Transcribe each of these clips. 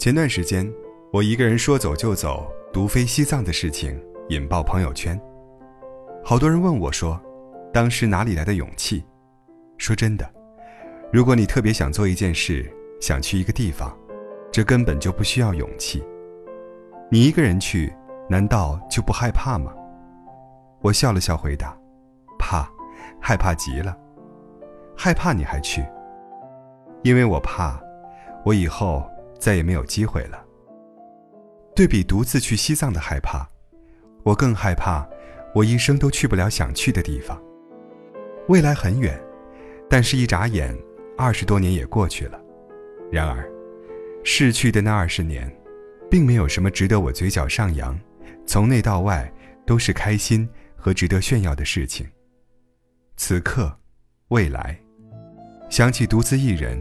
前段时间，我一个人说走就走，独飞西藏的事情引爆朋友圈。好多人问我说，当时哪里来的勇气？说真的，如果你特别想做一件事，想去一个地方，这根本就不需要勇气。你一个人去，难道就不害怕吗？我笑了笑回答，怕，害怕极了。害怕你还去？因为我怕，我以后再也没有机会了。对比独自去西藏的害怕，我更害怕我一生都去不了想去的地方。未来很远，但是一眨眼20多年也过去了。然而逝去的那20年，并没有什么值得我嘴角上扬，从内到外都是开心和值得炫耀的事情。此刻，未来，想起独自一人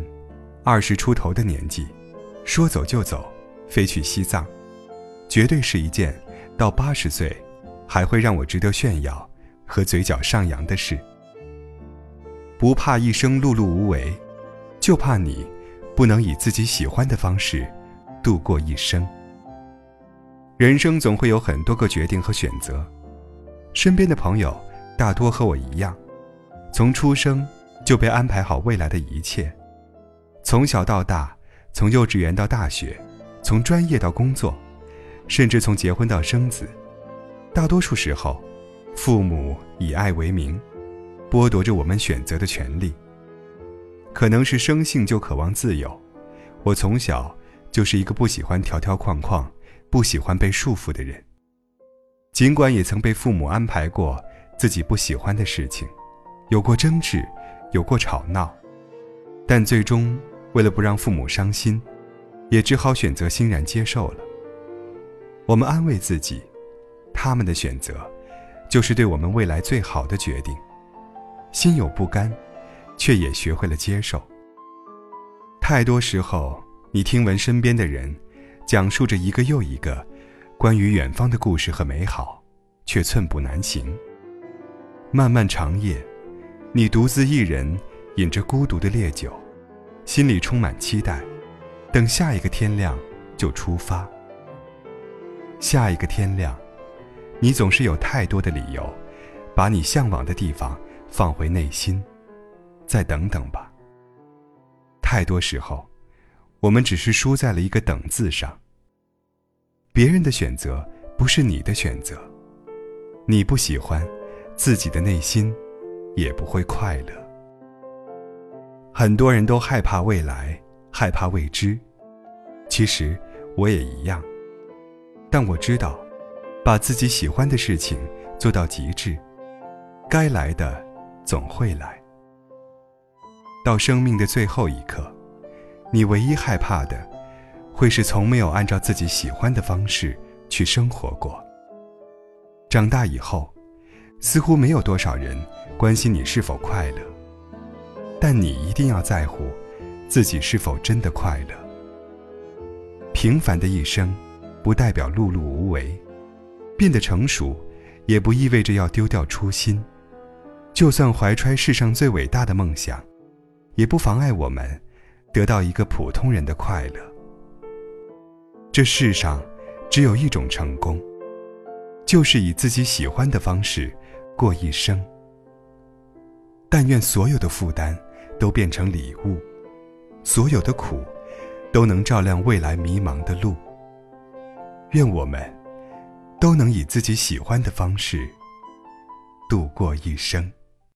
20出头的年纪，说走就走，飞去西藏，绝对是一件到80岁还会让我值得炫耀和嘴角上扬的事。不怕一生碌碌无为，就怕你不能以自己喜欢的方式度过一生。人生总会有很多个决定和选择，身边的朋友大多和我一样，从出生就被安排好未来的一切，从小到大，从幼稚园到大学，从专业到工作，甚至从结婚到生子，大多数时候，父母以爱为名，剥夺着我们选择的权利。可能是生性就渴望自由，我从小就是一个不喜欢条条框框，不喜欢被束缚的人。尽管也曾被父母安排过自己不喜欢的事情，有过争执，有过吵闹，但最终为了不让父母伤心，也只好选择欣然接受了。我们安慰自己，他们的选择就是对我们未来最好的决定，心有不甘，却也学会了接受。太多时候，你听闻身边的人讲述着一个又一个关于远方的故事和美好，却寸步难行。漫漫长夜，你独自一人饮着孤独的烈酒，心里充满期待，等下一个天亮就出发。下一个天亮，你总是有太多的理由把你向往的地方放回内心，再等等吧。太多时候，我们只是输在了一个等字上。别人的选择不是你的选择，你不喜欢，自己的内心也不会快乐。很多人都害怕未来，害怕未知，其实我也一样。但我知道，把自己喜欢的事情做到极致，该来的总会来。到生命的最后一刻，你唯一害怕的，会是从没有按照自己喜欢的方式去生活过。长大以后，似乎没有多少人关心你是否快乐，但你一定要在乎自己是否真的快乐。平凡的一生，不代表碌碌无为，变得成熟，也不意味着要丢掉初心。就算怀揣世上最伟大的梦想，也不妨碍我们得到一个普通人的快乐。这世上只有一种成功，就是以自己喜欢的方式过一生。但愿所有的负担都变成礼物，所有的苦都能照亮未来迷茫的路。愿我们都能以自己喜欢的方式度过一生。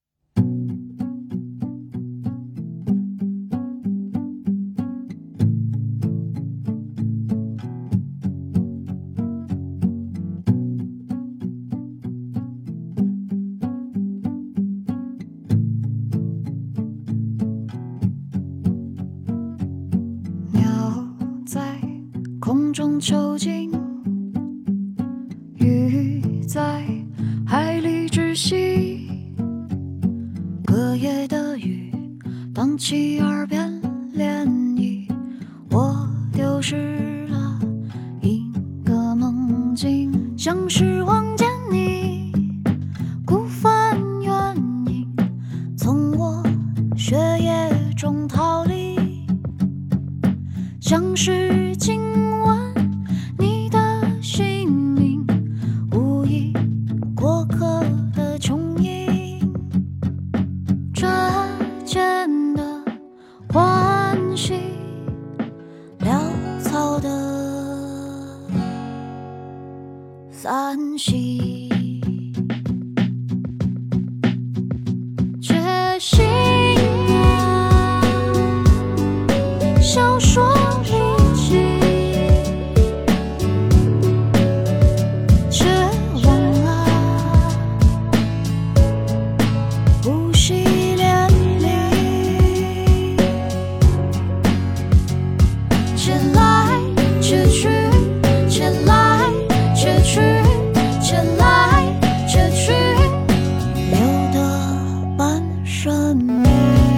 空中囚禁，鱼在海里窒息，隔夜的雨荡起耳边涟漪，我丢失了一个梦境，像是望见你孤帆远影，从我血液中逃离， 像是今晚你的姓名，无意过客的琼影，这间的欢喜，潦草的散席，决心啊，小说笔记，绝望啊，不惜连理，前来却去，前来却去，前来却去，留得半生命。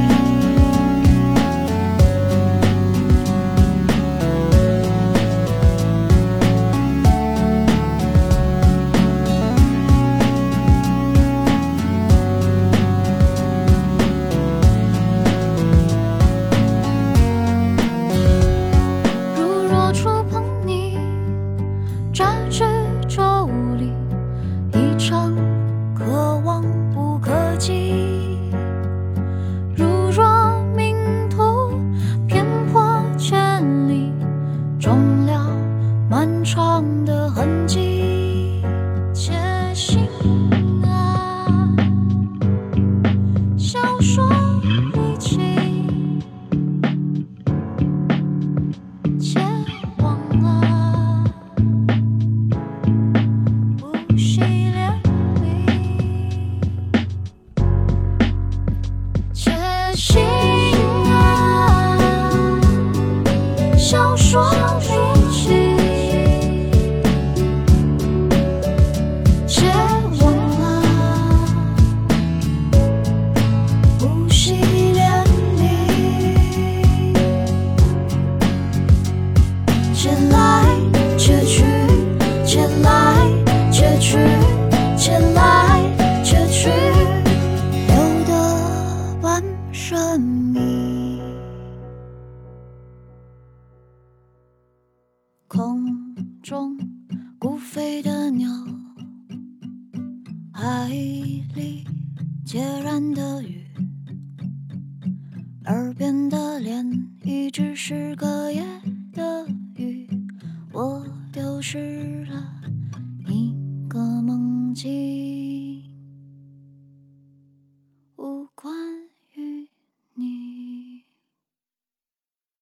如若触碰你扎之咒里，一场可望不可及。如若命途偏颇千里，终了漫长的痕迹。且行啊，小说笔记，且望啊，不惜连理，且行啊，小说笔记，且望啊，不惜连理，前来却去，前来却去，前来却去，留得半生命。空中孤飞的鸟，海里孑然的鱼，耳边的涟漪只是隔夜的雨，我丢失